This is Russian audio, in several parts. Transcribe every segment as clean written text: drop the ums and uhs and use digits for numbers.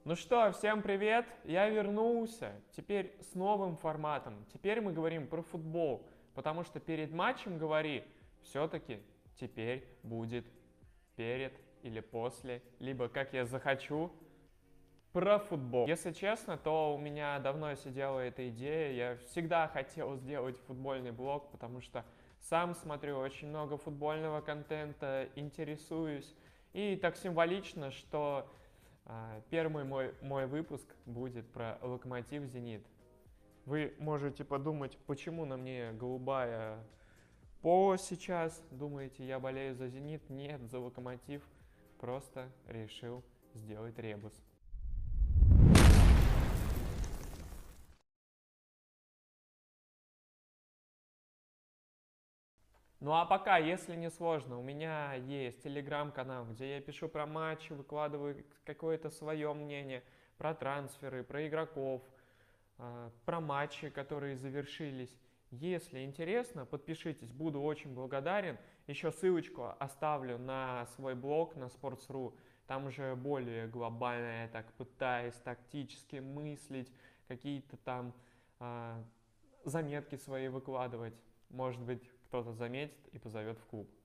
Ну что, всем привет! Я вернулся. Теперь с новым форматом. Теперь мы говорим про футбол, потому что перед матчем говори, все-таки теперь будет перед или после, либо как я захочу, про футбол. Если честно, то у меня давно сидела эта идея. Я всегда хотел сделать футбольный блог, потому что сам смотрю очень много футбольного контента, интересуюсь. И так символично, что первый мой выпуск будет про Локомотив Зенит. Вы можете подумать, почему на мне голубая поло сейчас. Думаете, я болею за Зенит? Нет, за Локомотив. Просто решил сделать ребус. Ну а пока, если не сложно, у меня есть телеграм-канал, где я пишу про матчи, выкладываю какое-то свое мнение, про трансферы, про игроков, про матчи, которые завершились. Если интересно, подпишитесь, буду очень благодарен. Еще ссылочку оставлю на свой блог, на Sports.ru. Там уже более глобально я так пытаюсь тактически мыслить, какие-то там а, заметки свои выкладывать. Может быть, кто-то заметит и позовет в клуб.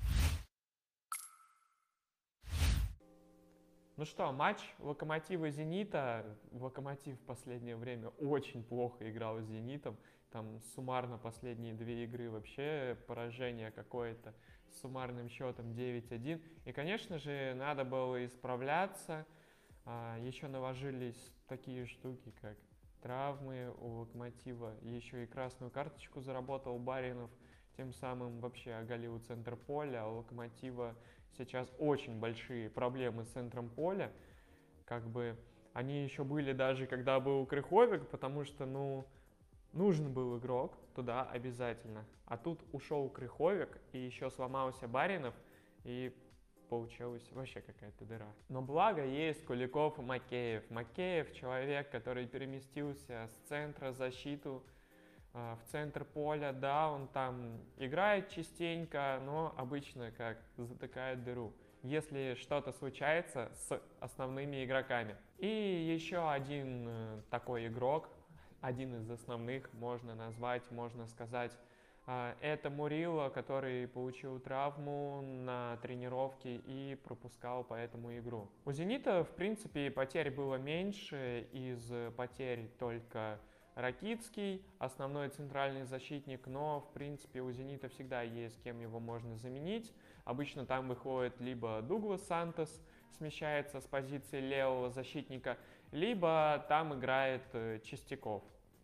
Ну что, матч Локомотива и Зенита. Локомотив в последнее время очень плохо играл с Зенитом. Там суммарно последние две игры вообще поражение какое-то с суммарным счетом 9-1. И, конечно же, надо было исправляться. Еще наложились такие штуки, как травмы у Локомотива. Еще и красную карточку заработал Баринов. Тем самым вообще оголил центр поля. А у Локомотива сейчас очень большие проблемы с центром поля. Как бы они еще были даже, когда был Крыховик, потому что, нужен был игрок туда обязательно. А тут ушел Крыховик, и еще сломался Баринов, и получилась вообще какая-то дыра. Но благо есть Куликов и Макеев. Макеев — человек, который переместился с центра защиту в центр поля. Да, он там играет частенько, но обычно как затыкает дыру, если что-то случается с основными игроками. И еще один такой игрок, один из основных, можно назвать, можно сказать, это Мурило, который получил травму на тренировке и пропускал поэтому игру. У «Зенита», в принципе, потерь было меньше, из потерь только Ракицкий, основной центральный защитник, но, в принципе, у «Зенита» всегда есть кем его можно заменить. Обычно там выходит либо Дуглас Сантос, смещается с позиции левого защитника, либо там играет Чистяков.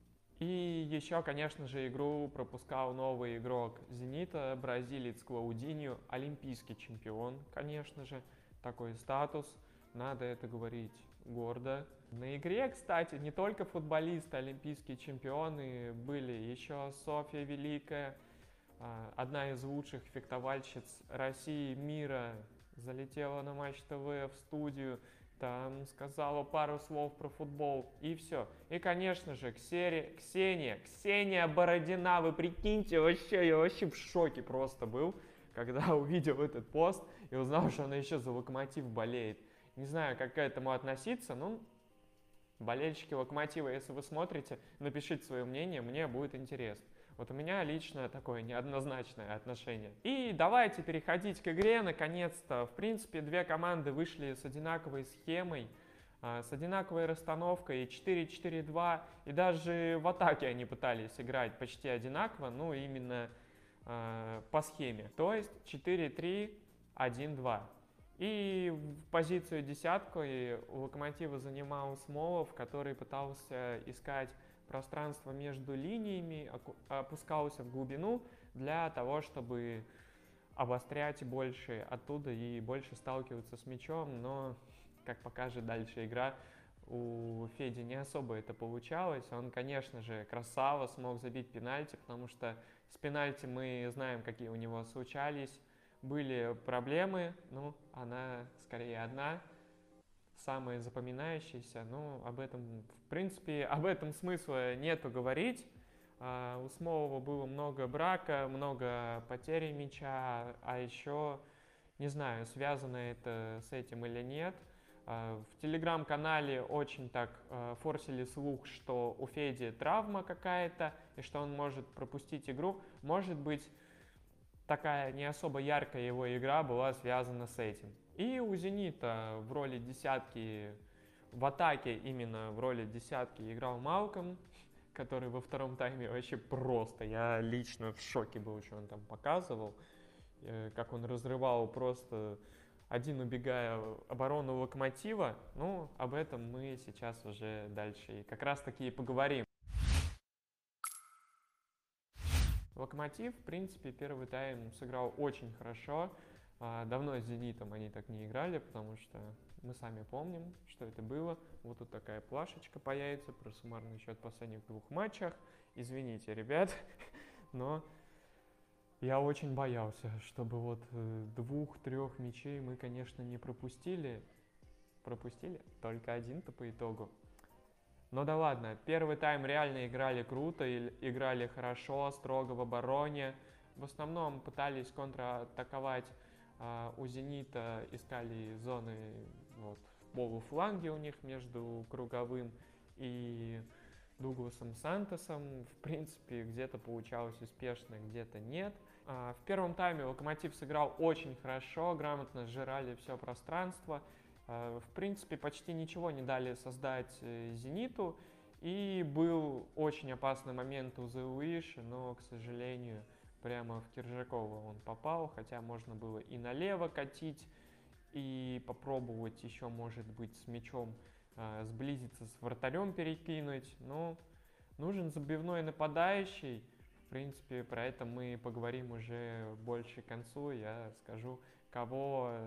И еще, конечно же, игру пропускал новый игрок «Зенита», бразилец Клаудиньо, олимпийский чемпион, конечно же, такой статус, надо это говорить гордо. На игре, кстати, не только футболисты, олимпийские чемпионы были, еще Софья Великая, одна из лучших фехтовальщиц России, мира, залетела на Матч ТВ в студию, там сказала пару слов про футбол, и все. И, конечно же, Ксения Бородина, вы прикиньте, вообще, я вообще в шоке просто был, когда увидел этот пост и узнал, что она еще за Локомотив болеет. Не знаю, как к этому относиться, но болельщики Локомотива, если вы смотрите, напишите свое мнение, мне будет интересно. Вот у меня лично такое неоднозначное отношение. И давайте переходить к игре, наконец-то. В принципе, две команды вышли с одинаковой схемой, с одинаковой расстановкой, 4-4-2, и даже в атаке они пытались играть почти одинаково, ну именно по схеме. То есть 4-3-1-2. И в позицию десятку у Локомотива занимал Смолов, который пытался искать пространство между линиями, опускался в глубину для того, чтобы обострять больше оттуда и больше сталкиваться с мячом, но, как покажет дальше игра, у Феди не особо это получалось. Он, конечно же, красава, смог забить пенальти, потому что с пенальти мы знаем, какие у него случались. Были проблемы, ну, она скорее одна, самая запоминающаяся, но об этом, в принципе, об этом смысла нету говорить. У Смолова было много брака, много потери мяча, а еще, не знаю, связано это с этим или нет, В телеграм-канале очень так форсили слух, что у Феди травма какая-то, и что он может пропустить игру. Может быть, такая не особо яркая его игра была связана с этим. И у «Зенита» в роли десятки, в атаке именно в роли десятки играл Малком, который во втором тайме вообще просто, я лично в шоке был, что он там показывал, как он разрывал просто один убегая оборону Локомотива. Ну, об этом мы сейчас уже дальше и как раз таки и поговорим. Локомотив, в принципе, первый тайм сыграл очень хорошо. Давно с «Зенитом» они так не играли, потому что мы сами помним, что это было. Вот тут такая плашечка появится про суммарный счет в последних 2 матчах. Извините, ребят, но я очень боялся, чтобы вот 2-3 мячей мы, конечно, не пропустили. Пропустили? Только 1-то по итогу. Ну да ладно, первый тайм реально играли круто, играли хорошо, строго в обороне. В основном пытались контратаковать у «Зенита», искали зоны вот, в полуфланге у них между Круговым и Дугласом Сантосом. В принципе, где-то получалось успешно, где-то нет. В первом тайме Локомотив сыграл очень хорошо, грамотно сжирали все пространство. В принципе, почти ничего не дали создать «Зениту». И был очень опасный момент у Зауиши, но, к сожалению, прямо в Киржакова он попал, хотя можно было и налево катить, и попробовать еще, может быть, с мячом сблизиться с вратарем, перекинуть. Но нужен забивной нападающий. В принципе, про это мы поговорим уже больше к концу. Я скажу, кого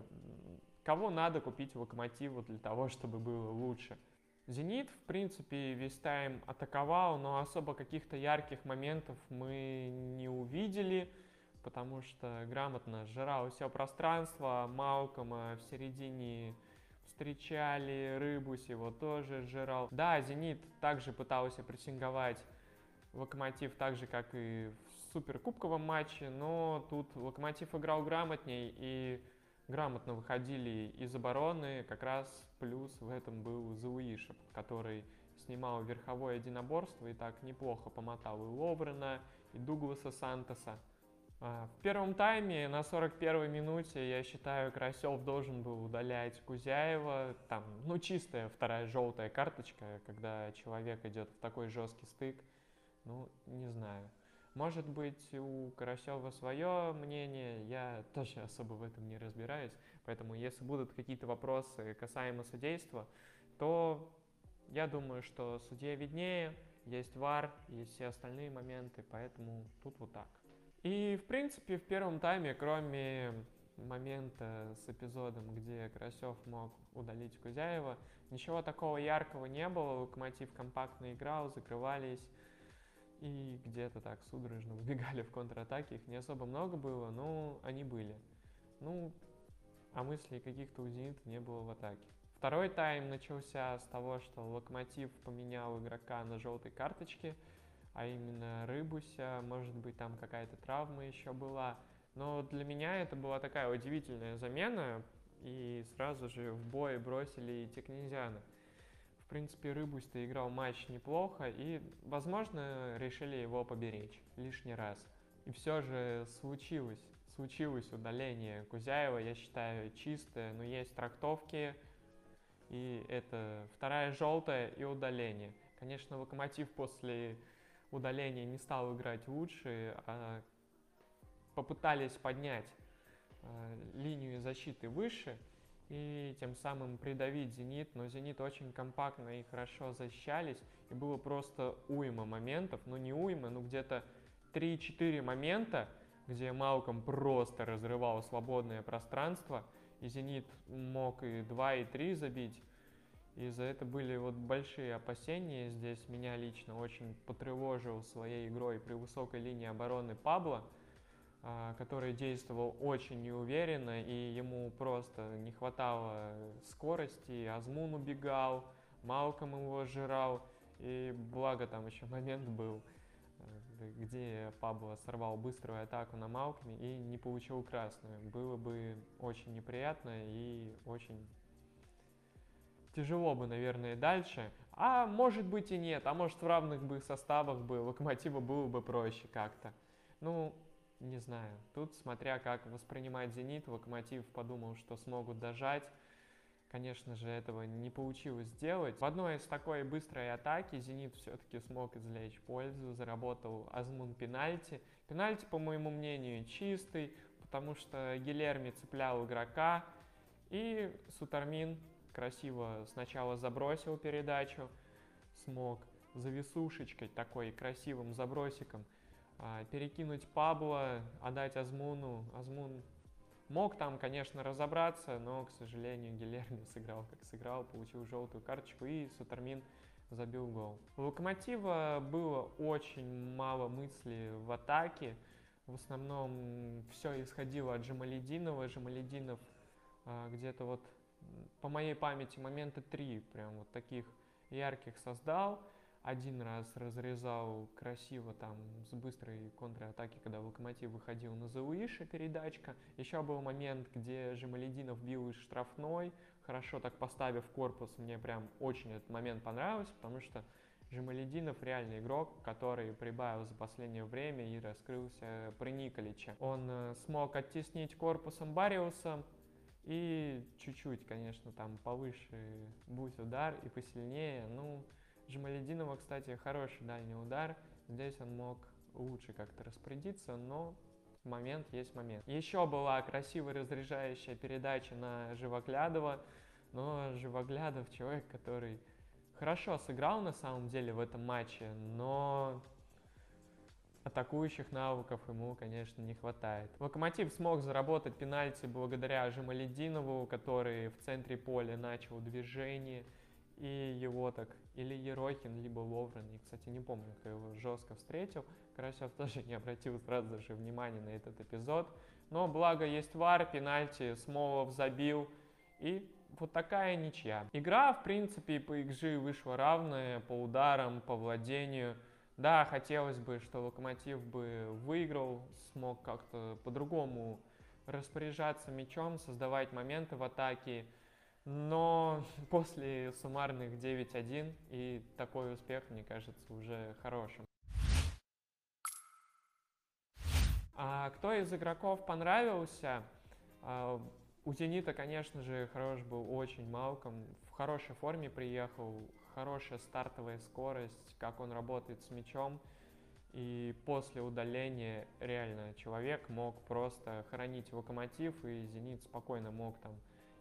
надо купить Локомотиву для того, чтобы было лучше. «Зенит», в принципе, весь тайм атаковал, но особо каких-то ярких моментов мы не увидели, потому что грамотно сжирал все пространство. Малкома в середине встречали, Рыбус его тоже сжирал. Да, «Зенит» также пытался прессинговать Локомотив так же, как и в суперкубковом матче, но тут Локомотив играл грамотней и грамотно выходили из обороны. Как раз плюс в этом был Зауишев, который снимал верховое единоборство и так неплохо помотал и Ловрена, и Дугласа Сантоса. В первом тайме на 41-й минуте, я считаю, Карасев должен был удалять Кузяева. Там, чистая вторая желтая карточка, когда человек идет в такой жесткий стык. Не знаю. Может быть, у Карасева свое мнение, я тоже особо в этом не разбираюсь, поэтому если будут какие-то вопросы касаемо судейства, то я думаю, что судье виднее, есть ВАР, есть все остальные моменты, поэтому тут вот так. И, в принципе, в первом тайме, кроме момента с эпизодом, где Карасев мог удалить Кузяева, ничего такого яркого не было, Локомотив компактно играл, закрывались, и где-то так судорожно выбегали в контратаке. Их не особо много было, но они были. А мыслей каких-то у «Зенита» не было в атаке. Второй тайм начался с того, что Локомотив поменял игрока на желтой карточке, а именно Рыбуся. Может быть, там какая-то травма еще была. Но для меня это была такая удивительная замена, и сразу же в бой бросили Тикнезиана. В принципе, Рыбусь-то играл матч неплохо, и, возможно, решили его поберечь лишний раз. И все же случилось удаление Кузяева, я считаю, чистое, но есть трактовки, и это вторая желтая и удаление. Конечно, Локомотив после удаления не стал играть лучше, а попытались поднять линию защиты выше и тем самым придавить «Зенит», но «Зенит» очень компактно и хорошо защищались, и было просто уйма моментов, не уйма, где-то 3-4 момента, где Малком просто разрывал свободное пространство, и «Зенит» мог и 2, и 3 забить, и за это были большие опасения. Здесь меня лично очень потревожил своей игрой при высокой линии обороны Пабло, который действовал очень неуверенно, и ему просто не хватало скорости. Азмун убегал, Малком его сжирал, и благо там еще момент был, где Пабло сорвал быструю атаку на Малкоме и не получил красную. Было бы очень неприятно и очень тяжело бы, наверное, дальше. А может быть и нет, а может в равных бы составах бы Локомотива было бы проще как-то. Ну, не знаю. Тут, смотря как воспринимать «Зенит», Локомотив подумал, что смогут дожать. Конечно же, этого не получилось сделать. В одной из такой быстрой атаки «Зенит» все-таки смог извлечь пользу, заработал Азмун пенальти. Пенальти, по моему мнению, чистый, потому что Гильерми цеплял игрока, и Сутармин красиво сначала забросил передачу, смог зависушечкой, такой красивым забросиком перекинуть Пабло, отдать Азмуну. Азмун мог там, конечно, разобраться, но, к сожалению, Гильерми сыграл как сыграл, получил желтую карточку, и Сутармин забил гол. У Локомотива было очень мало мыслей в атаке. В основном все исходило от Джамалединова. Джамалединов где-то вот, по моей памяти, момента 3 прям вот таких ярких создал. Один раз разрезал красиво там с быстрой контратаки, когда Локомотив выходил на Зауиша, передачка. Еще был момент, где Жамалединов бил из штрафной, хорошо так поставив корпус. Мне прям очень этот момент понравился, потому что Жамалединов реальный игрок, который прибавил за последнее время и раскрылся при Николиче. Он смог оттеснить корпусом Бариуса, и чуть-чуть, конечно, там повыше будь удар и посильнее. Ну, Джамалединова, кстати, хороший дальний удар. Здесь он мог лучше как-то распорядиться, но момент есть момент. Еще была красивая разряжающая передача на Живоглядова, но Живоглядов человек, который хорошо сыграл на самом деле в этом матче, но атакующих навыков ему, конечно, не хватает. Локомотив смог заработать пенальти благодаря Жамалединову, который в центре поля начал движение, и его так или Ерохин, либо Ловрен, я, кстати, не помню, кто его жестко встретил. Карасев тоже не обратил сразу же внимания на этот эпизод. Но благо есть ВАР, пенальти Смолов забил, и вот такая ничья. Игра, в принципе, по XG вышла равная, по ударам, по владению. Да, хотелось бы, что Локомотив бы выиграл, смог как-то по-другому распоряжаться мячом, создавать моменты в атаке. Но после суммарных 9-1 и такой успех, мне кажется, уже хорошим. А кто из игроков понравился? У «Зенита», конечно же, хорош был очень Малком. В хорошей форме приехал, хорошая стартовая скорость, как он работает с мячом. И после удаления реально человек мог просто хоронить Локомотив, и «Зенит» спокойно мог там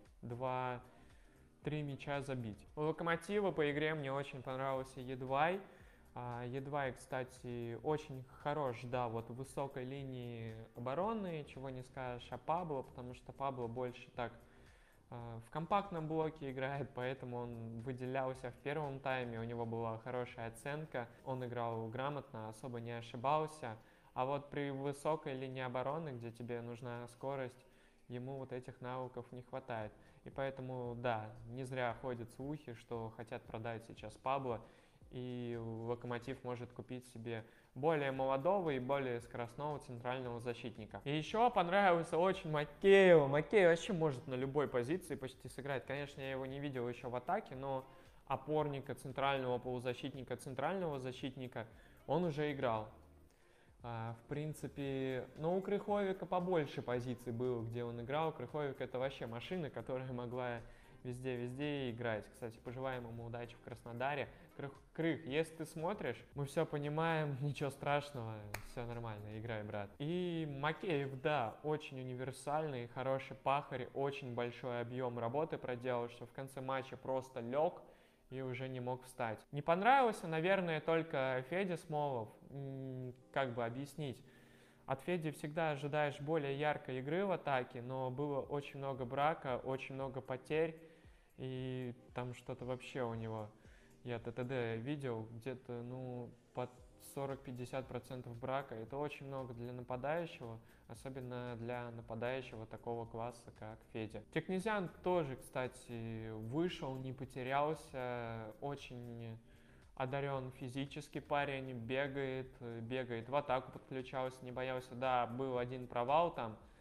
2-3 мяча забить. У Локомотива по игре мне очень понравился Едвай. Едвай, кстати, очень хорош, да, вот в высокой линии обороны, чего не скажешь о Пабло, потому что Пабло больше так в компактном блоке играет, поэтому он выделялся в первом тайме, у него была хорошая оценка, он играл грамотно, особо не ошибался. А вот при высокой линии обороны, где тебе нужна скорость, ему вот этих навыков не хватает. И поэтому, да, не зря ходят слухи, что хотят продать сейчас Пабло, и Локомотив может купить себе более молодого и более скоростного центрального защитника. И еще понравился очень Макеев. Макеев вообще может на любой позиции почти сыграть. Конечно, я его не видел еще в атаке, но опорника, центрального полузащитника, центрального защитника он уже играл. В принципе, но у Крыховика побольше позиций было, где он играл. Крыховик — это вообще машина, которая могла везде играть. Кстати, пожелаем ему удачи в Краснодаре. Крых, если ты смотришь, мы все понимаем, ничего страшного, все нормально, играй, брат. И Макеев, да, очень универсальный, хороший пахарь, очень большой объем работы проделал, что в конце матча просто лег и уже не мог встать. Не понравился, наверное, только Федя Смолов. Как бы объяснить? От Феди всегда ожидаешь более яркой игры в атаке, но было очень много брака, очень много потерь, и там что-то вообще у него, я ТТД видел, где-то, под 40-50% брака. Это очень много для нападающего, особенно для нападающего такого класса, как Федя. Текнезян тоже, кстати, вышел, не потерялся, очень одарен физически парень, бегает в атаку подключался, не боялся. Да, был один провал там,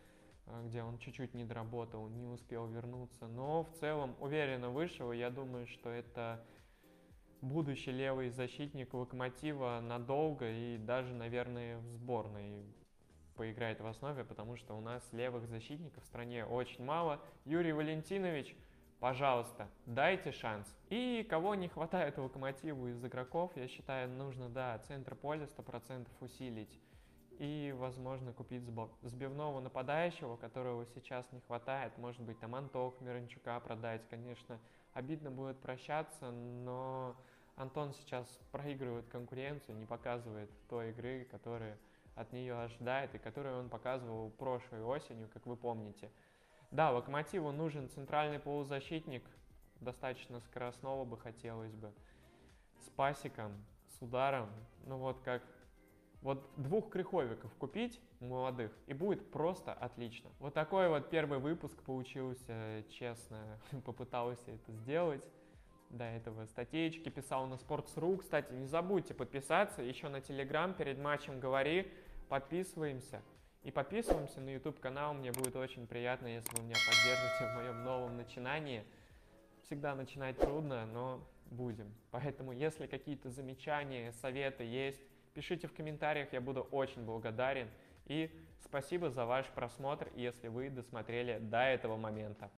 где он чуть-чуть не доработал, не успел вернуться. Но в целом уверенно вышел, и я думаю, что это будущий левый защитник Локомотива надолго и даже, наверное, в сборной поиграет в основе, потому что у нас левых защитников в стране очень мало. Юрий Валентинович, пожалуйста, дайте шанс. И кого не хватает Локомотиву из игроков, я считаю, нужно, да, центр поля 100% усилить. И, возможно, купить сбивного нападающего, которого сейчас не хватает. Может быть, там Антох Миранчука продать. Конечно, обидно будет прощаться, но Антон сейчас проигрывает конкуренцию, не показывает той игры, которая от нее ожидает и которую он показывал прошлой осенью, как вы помните. Да, Локомотиву нужен центральный полузащитник, достаточно скоростного бы хотелось бы, с пасиком, с ударом, ну вот как... Вот 2 криховиков купить молодых, и будет просто отлично. Вот такой вот первый выпуск получился, честно, попытался это сделать. До этого статейки писал на Sports.ru. Кстати, не забудьте подписаться еще на Telegram перед матчем «Говори». Подписываемся. И подписываемся на YouTube-канал. Мне будет очень приятно, если вы меня поддержите в моем новом начинании. Всегда начинать трудно, но будем. Поэтому, если какие-то замечания, советы есть, пишите в комментариях, я буду очень благодарен. И спасибо за ваш просмотр, если вы досмотрели до этого момента.